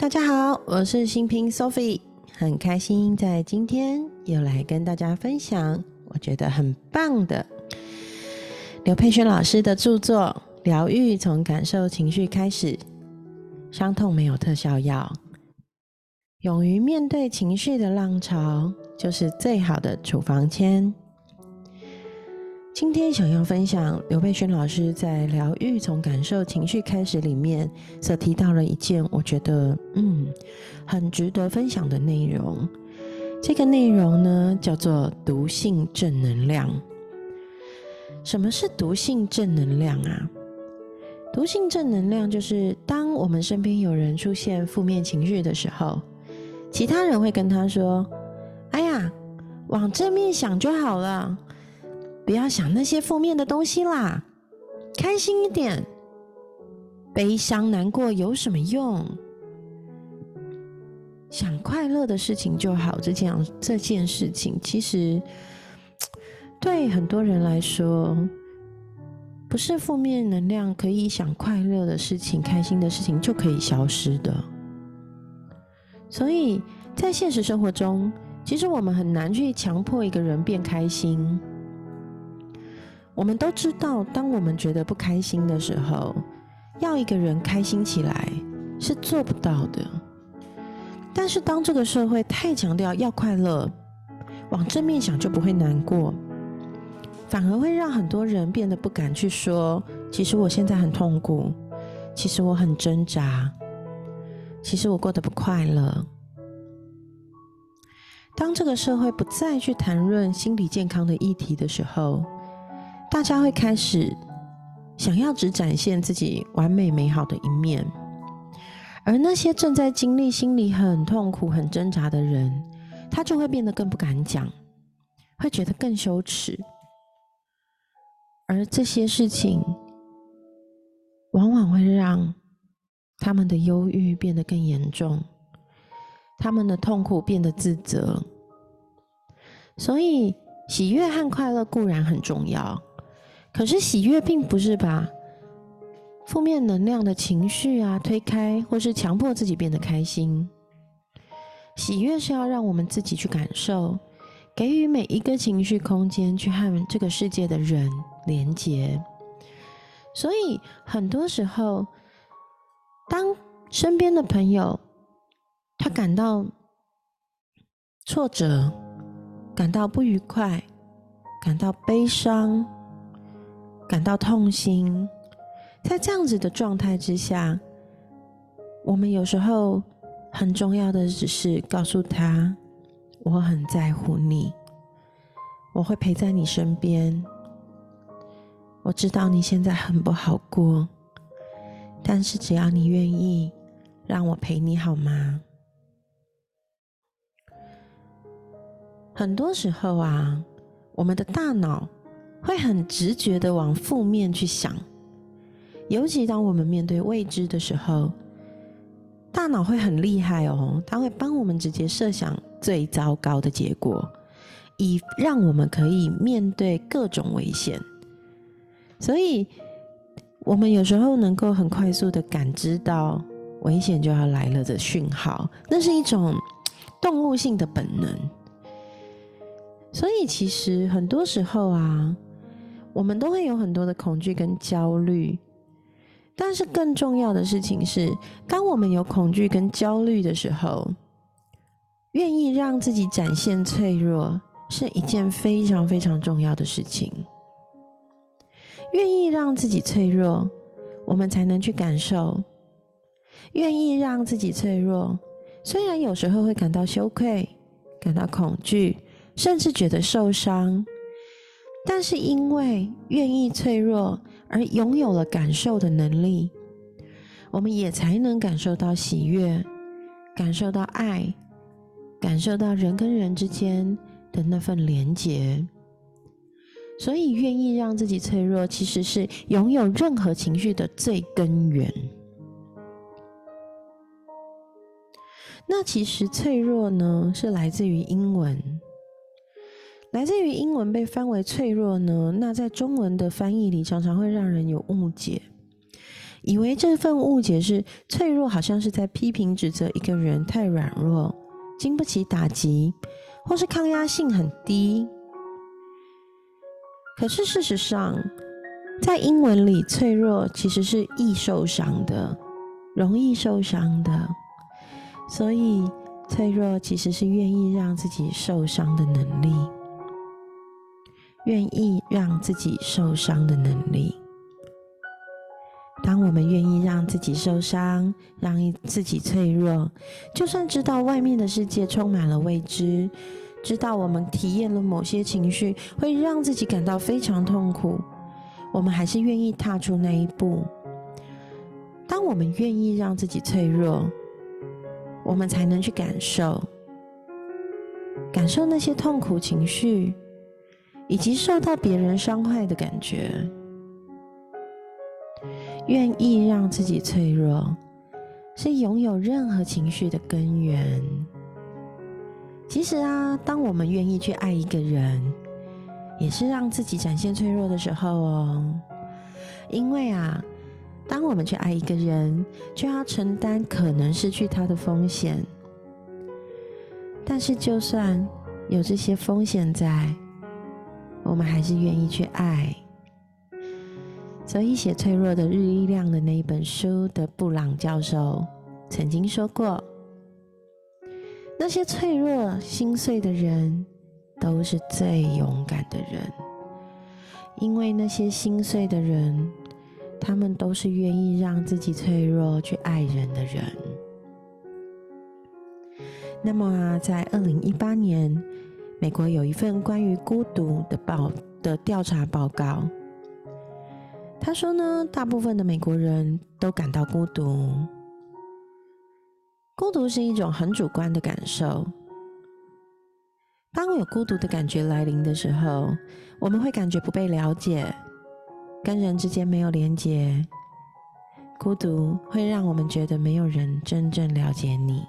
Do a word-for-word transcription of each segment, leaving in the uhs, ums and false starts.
大家好，我是新平 Sophie， 很开心在今天又来跟大家分享我觉得很棒的刘佩轩老师的著作《疗愈从感受情绪开始》，伤痛没有特效药，勇于面对情绪的浪潮就是最好的处方签。今天想要分享刘佩轩老师在《疗愈从感受情绪开始》里面所提到了一件我觉得嗯很值得分享的内容。这个内容呢叫做毒性正能量。什么是毒性正能量啊？毒性正能量就是当我们身边有人出现负面情绪的时候，其他人会跟他说，哎呀，往正面想就好了，不要想那些负面的东西啦，开心一点，悲伤难过有什么用？想快乐的事情就好。这件这件事情其实对很多人来说，不是负面能量可以想快乐的事情、开心的事情就可以消失的。所以在现实生活中，其实我们很难去强迫一个人变开心。我们都知道，当我们觉得不开心的时候，要一个人开心起来是做不到的。但是当这个社会太强调要快乐，往正面想就不会难过，反而会让很多人变得不敢去说，其实我现在很痛苦，其实我很挣扎，其实我过得不快乐。当这个社会不再去谈论心理健康的议题的时候，大家会开始想要只展现自己完美美好的一面，而那些正在经历心里很痛苦很挣扎的人，他就会变得更不敢讲，会觉得更羞耻。而这些事情往往会让他们的忧郁变得更严重，他们的痛苦变得自责。所以喜悦和快乐固然很重要，可是喜悦并不是把负面能量的情绪啊推开，或是强迫自己变得开心。喜悦是要让我们自己去感受，给予每一个情绪空间，去和这个世界的人连结。所以很多时候，当身边的朋友他感到挫折，感到不愉快，感到悲伤，感到痛心，在这样子的状态之下，我们有时候很重要的只是告诉他，我很在乎你，我会陪在你身边，我知道你现在很不好过，但是只要你愿意让我陪你好吗？很多时候啊，我们的大脑会很直觉的往负面去想，尤其当我们面对未知的时候，大脑会很厉害哦，它会帮我们直接设想最糟糕的结果，以让我们可以面对各种危险。所以我们有时候能够很快速的感知到危险就要来了的讯号，那是一种动物性的本能。所以其实很多时候啊，我们都会有很多的恐惧跟焦虑，但是更重要的事情是，当我们有恐惧跟焦虑的时候，愿意让自己展现脆弱是一件非常非常重要的事情。愿意让自己脆弱，我们才能去感受。愿意让自己脆弱，虽然有时候会感到羞愧，感到恐惧，甚至觉得受伤，但是因为愿意脆弱而拥有了感受的能力，我们也才能感受到喜悦，感受到爱，感受到人跟人之间的那份连结。所以愿意让自己脆弱，其实是拥有任何情绪的最根源。那其实脆弱呢，是来自于英文，来自于英文被翻为脆弱呢，那在中文的翻译里常常会让人有误解。 以为这份误解是脆弱，好像是在批评指责一个人太软弱，经不起打击，或是抗压性很低。可是事实上，在英文里，脆弱其实是易受伤的，容易受伤的。所以脆弱其实是愿意让自己受伤的能力，愿意让自己受伤的能力。当我们愿意让自己受伤，让自己脆弱，就算知道外面的世界充满了未知，知道我们体验了某些情绪会让自己感到非常痛苦，我们还是愿意踏出那一步。当我们愿意让自己脆弱，我们才能去感受感受那些痛苦情绪，以及受到别人伤害的感觉。愿意让自己脆弱，是拥有任何情绪的根源。其实啊，当我们愿意去爱一个人，也是让自己展现脆弱的时候哦。因为啊，当我们去爱一个人，就要承担可能失去他的风险。但是就算有这些风险在，我们还是愿意去爱。所以写脆弱的日力量的那一本书的布朗教授曾经说过，那些脆弱心碎的人都是最勇敢的人，因为那些心碎的人，他们都是愿意让自己脆弱去爱人的人。那么啊，在二零一八年，美国有一份关于孤独的报的调查报告，他说呢，大部分的美国人都感到孤独。孤独是一种很主观的感受。当有孤独的感觉来临的时候，我们会感觉不被了解，跟人之间没有连结。孤独会让我们觉得没有人真正了解你。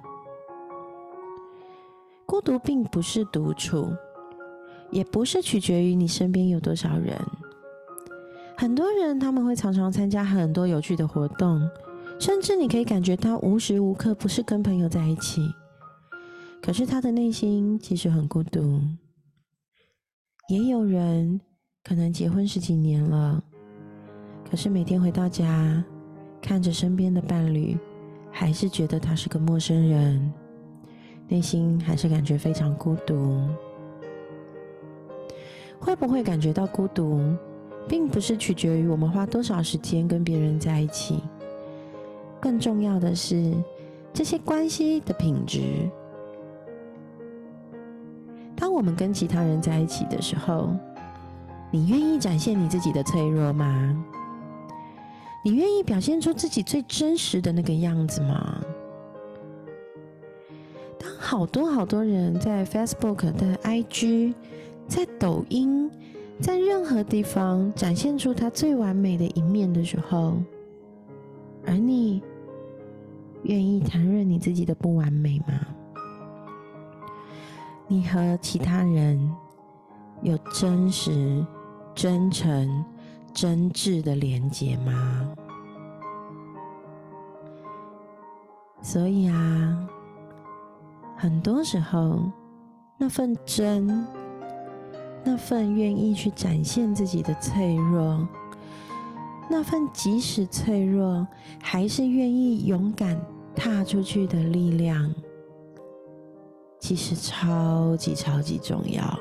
孤独并不是独处，也不是取决于你身边有多少人。很多人他们会常常参加很多有趣的活动，甚至你可以感觉他无时无刻不是跟朋友在一起，可是他的内心其实很孤独。也有人可能结婚十几年了，可是每天回到家，看着身边的伴侣，还是觉得他是个陌生人，内心还是感觉非常孤独。会不会感觉到孤独，并不是取决于我们花多少时间跟别人在一起，更重要的是这些关系的品质。当我们跟其他人在一起的时候，你愿意展现你自己的脆弱吗？你愿意表现出自己最真实的那个样子吗？当好多好多人在 Facebook 的 I G， 在抖音，在任何地方展现出他最完美的一面的时候，而你愿意谈论你自己的不完美吗？你和其他人有真实、真诚、真挚的连结吗？所以啊，很多时候那份真，那份愿意去展现自己的脆弱，那份即使脆弱还是愿意勇敢踏出去的力量，其实超级超级重要。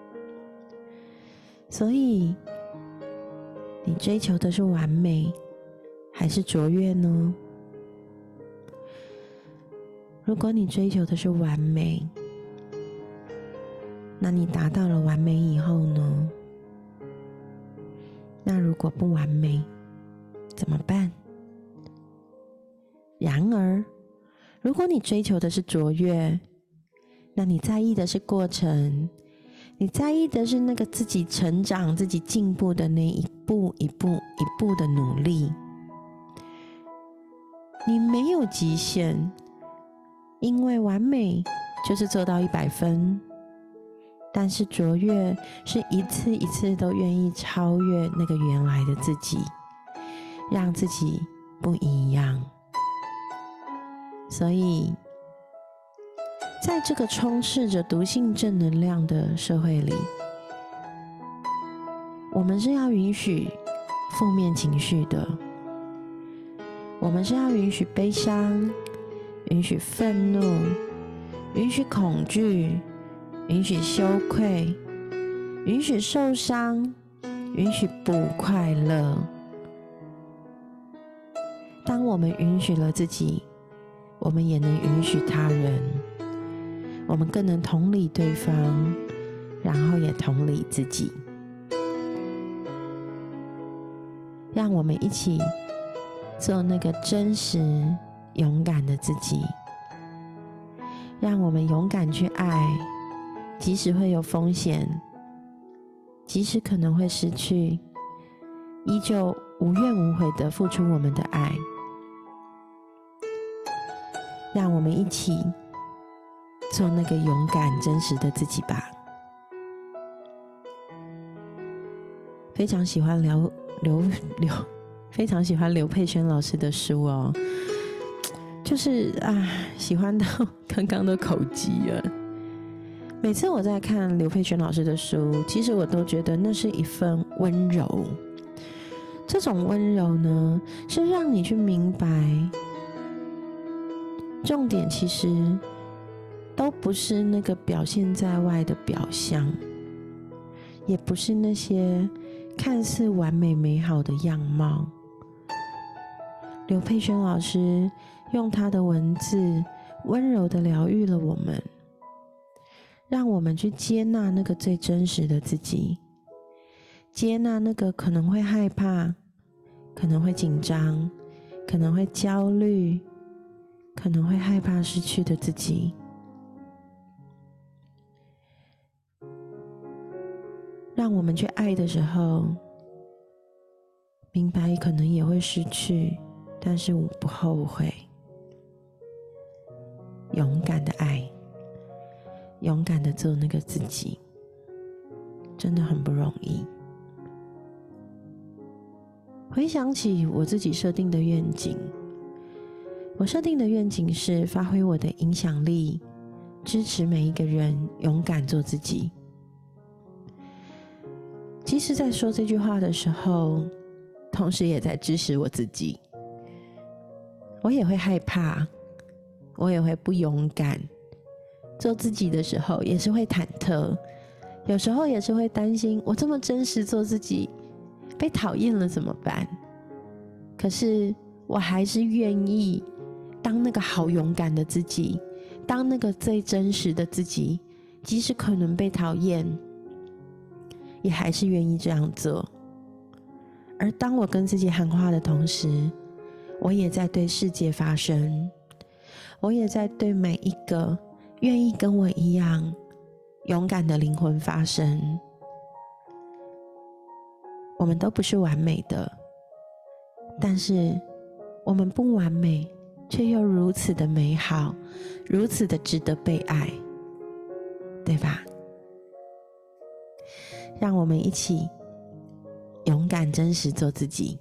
所以你追求的是完美还是卓越呢？如果你追求的是完美，那你达到了完美以后呢？那如果不完美怎么办？然而，如果你追求的是卓越，那你在意的是过程，你在意的是那个自己成长、自己进步的那一步一步一步的努力。你没有极限，因为完美就是做到一百分，但是卓越是一次一次都愿意超越那个原来的自己，让自己不一样。所以在这个充斥着毒性正能量的社会里，我们是要允许负面情绪的，我们是要允许悲伤，允许愤怒，允许恐惧，允许羞愧，允许受伤，允许不快乐。当我们允许了自己，我们也能允许他人，我们更能同理对方，然后也同理自己。让我们一起做那个真实勇敢的自己，让我们勇敢去爱，即使会有风险，即使可能会失去，依旧无怨无悔地付出我们的爱。让我们一起做那个勇敢真实的自己吧。非常喜欢刘刘刘，非常喜欢刘佩轩老师的书哦，就是啊，喜欢到刚刚都口急了。每次我在看刘佩轩老师的书，其实我都觉得那是一份温柔。这种温柔呢，是让你去明白，重点其实都不是那个表现在外的表象，也不是那些看似完美美好的样貌。刘佩轩老师用他的文字温柔地疗愈了我们，让我们去接纳那个最真实的自己，接纳那个可能会害怕，可能会紧张，可能会焦虑，可能会害怕失去的自己。让我们去爱的时候，明白可能也会失去，但是我不后悔。勇敢的爱，勇敢的做那个自己，真的很不容易。回想起我自己设定的愿景，我设定的愿景是发挥我的影响力，支持每一个人勇敢做自己。其实在说这句话的时候，同时也在支持我自己。我也会害怕，我也会不勇敢，做自己的时候也是会忐忑，有时候也是会担心，我这么真实做自己，被讨厌了怎么办？可是我还是愿意当那个好勇敢的自己，当那个最真实的自己，即使可能被讨厌，也还是愿意这样做。而当我跟自己喊话的同时，我也在对世界发声，我也在对每一个愿意跟我一样勇敢的灵魂发声。我们都不是完美的，但是我们不完美，却又如此的美好，如此的值得被爱，对吧？让我们一起勇敢真实做自己。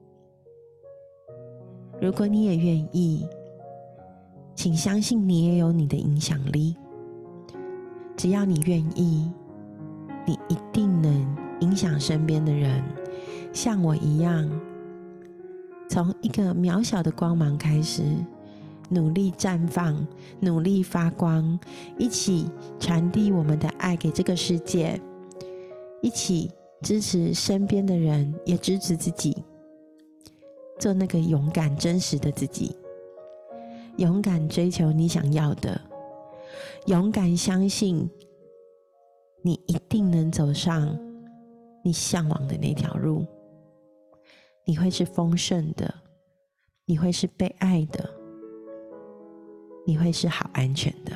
如果你也愿意，请相信你也有你的影响力。只要你愿意，你一定能影响身边的人，像我一样，从一个渺小的光芒开始，努力绽放，努力发光，一起传递我们的爱给这个世界，一起支持身边的人，也支持自己，做那个勇敢真实的自己，勇敢追求你想要的，勇敢相信你一定能走上你向往的那条路。你会是丰盛的，你会是被爱的，你会是好安全的。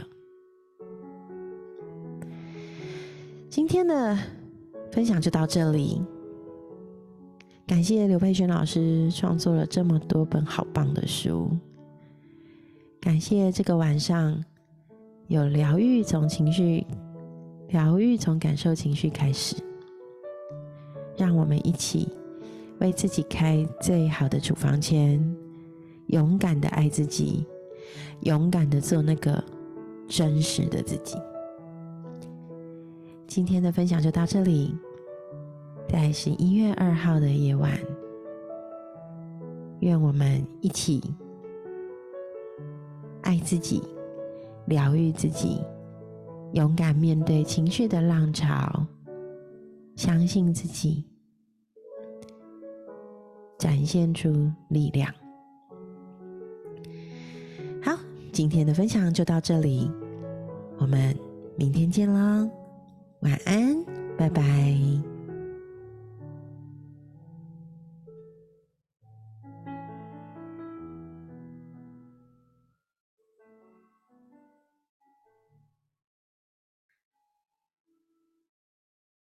今天的分享就到这里，感谢刘佩轩老师创作了这么多本好棒的书，感谢这个晚上有疗愈从情绪，疗愈从感受情绪开始，让我们一起为自己开最好的处方签， 勇敢的爱自己，勇敢的做那个真实的自己。今天的分享就到这里，在十一月二号的夜晚，愿我们一起爱自己，疗愈自己，勇敢面对情绪的浪潮，相信自己，展现出力量。好，今天的分享就到这里，我们明天见咯，晚安，拜拜。